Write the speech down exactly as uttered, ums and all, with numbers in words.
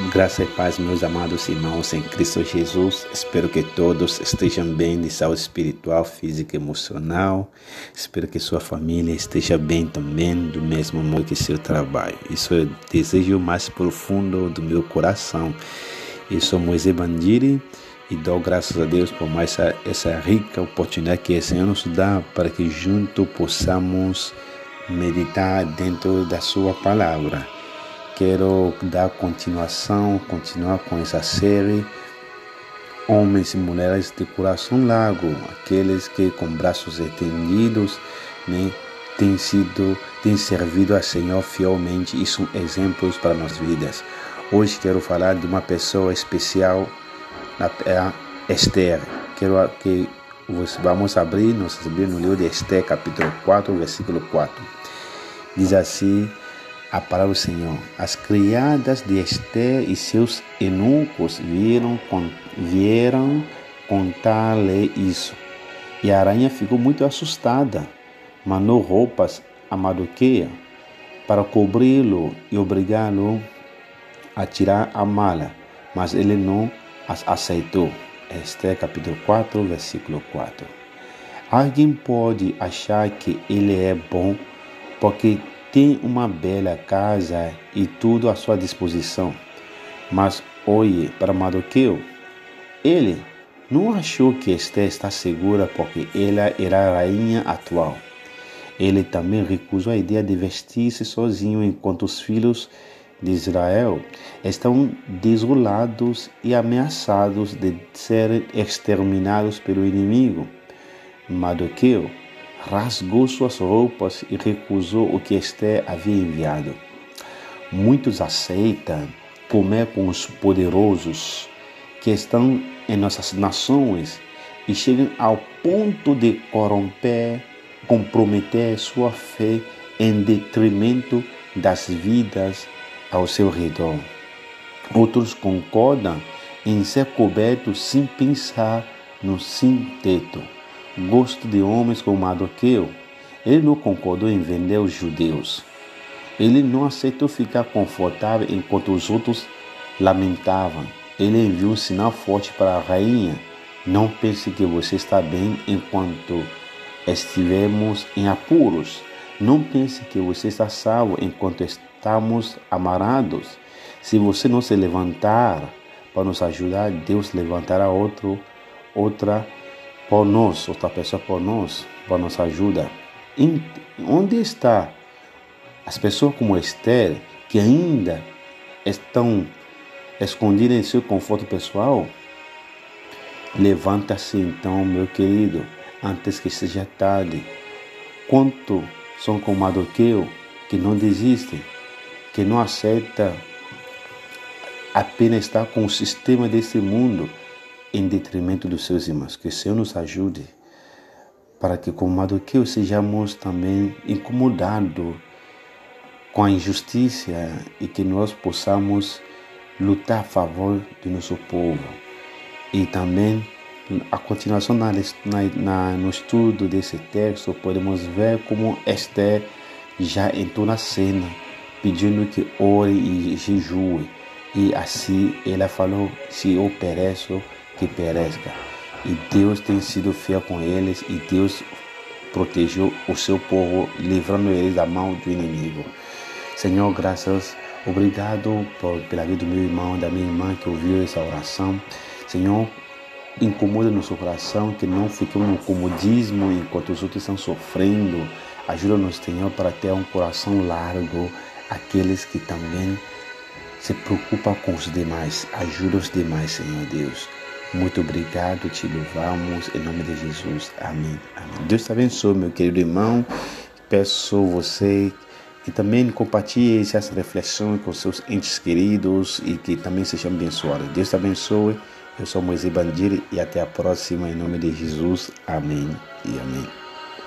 Graça e paz, meus amados irmãos em Cristo Jesus. Espero que todos estejam bem de saúde espiritual, física e emocional. Espero que sua família esteja bem também, do mesmo modo que seu trabalho. Isso é o desejo mais profundo do meu coração. Eu sou Moisés Bandiri e dou graças a Deus por mais essa, essa rica oportunidade que o Senhor nos dá para que juntos possamos meditar dentro da sua palavra. Quero dar continuação, continuar com essa série Homens e Mulheres de Coração Largo, aqueles que com braços estendidos, né, têm sido, têm servido ao Senhor fielmente e são exemplos para nossas vidas. Hoje quero falar de uma pessoa especial, a Esther. Quero que vamos abrir nossas Bíblias no livro de Esther, capítulo quatro, versículo quatro. Diz assim a palavra do Senhor: as criadas de Esther e seus eunucos vieram, vieram contar-lhe isso. E a rainha ficou muito assustada. Mandou roupas a Mardoqueu para cobri-lo e obrigá-lo a tirar a mala, mas ele não as aceitou. Esther capítulo quatro, versículo quatro. Alguém pode achar que ele é bom porque tem uma bela casa e tudo à sua disposição. Mas olhe para Mardoqueu. Ele não achou que Esther está segura porque ela era a rainha atual. Ele também recusou a ideia de vestir-se sozinho enquanto os filhos de Israel estão desolados e ameaçados de serem exterminados pelo inimigo. Mardoqueu rasgou suas roupas e recusou o que Esther havia enviado. Muitos aceitam comer com os poderosos que estão em nossas nações e chegam ao ponto de corromper, comprometer sua fé em detrimento das vidas ao seu redor. Outros concordam em ser cobertos sem pensar no sem-teto. Gosto de homens como Mardoqueu. Ele não concordou em vender os judeus. Ele não aceitou ficar confortável enquanto os outros lamentavam. Ele enviou um sinal forte para a rainha: não pense que você está bem enquanto estivermos em apuros. Não pense que você está salvo enquanto estamos amarrados. Se você não se levantar para nos ajudar, Deus levantará outro, outra por nós, outra pessoa por nós, para nossa ajuda. E onde está as pessoas como Esther, que ainda estão escondidas em seu conforto pessoal? Levanta-se então, meu querido, antes que seja tarde. Quanto são como Mardoqueu, que não desistem, que não aceita apenas estar com o sistema desse mundo em detrimento dos seus irmãos. Que o Senhor nos ajude para que, como Mardoqueu, sejamos também incomodados com a injustiça e que nós possamos lutar a favor do nosso povo. E também, a continuação na, na, no estudo desse texto, podemos ver como Esther já entrou na cena, pedindo que ore e jejue. E assim ela falou: se eu pereço, que pereça. E Deus tem sido fiel com eles, e Deus protegeu o seu povo, livrando eles da mão do inimigo. Senhor, graças, obrigado por, pela vida do meu irmão, da minha irmã que ouviu essa oração. Senhor, incomoda nosso coração, que não fiquemos no comodismo enquanto os outros estão sofrendo. Ajuda-nos, Senhor, para ter um coração largo, aqueles que também se preocupam com os demais. Ajuda os demais, Senhor Deus. Muito obrigado, te louvamos em nome de Jesus. Amém. Amém. Deus te abençoe, meu querido irmão. Peço você que também compartilhe essas reflexões com seus entes queridos e que também sejam abençoados. Deus te abençoe. Eu sou Moisés Bandiri e até a próxima em nome de Jesus. Amém e amém.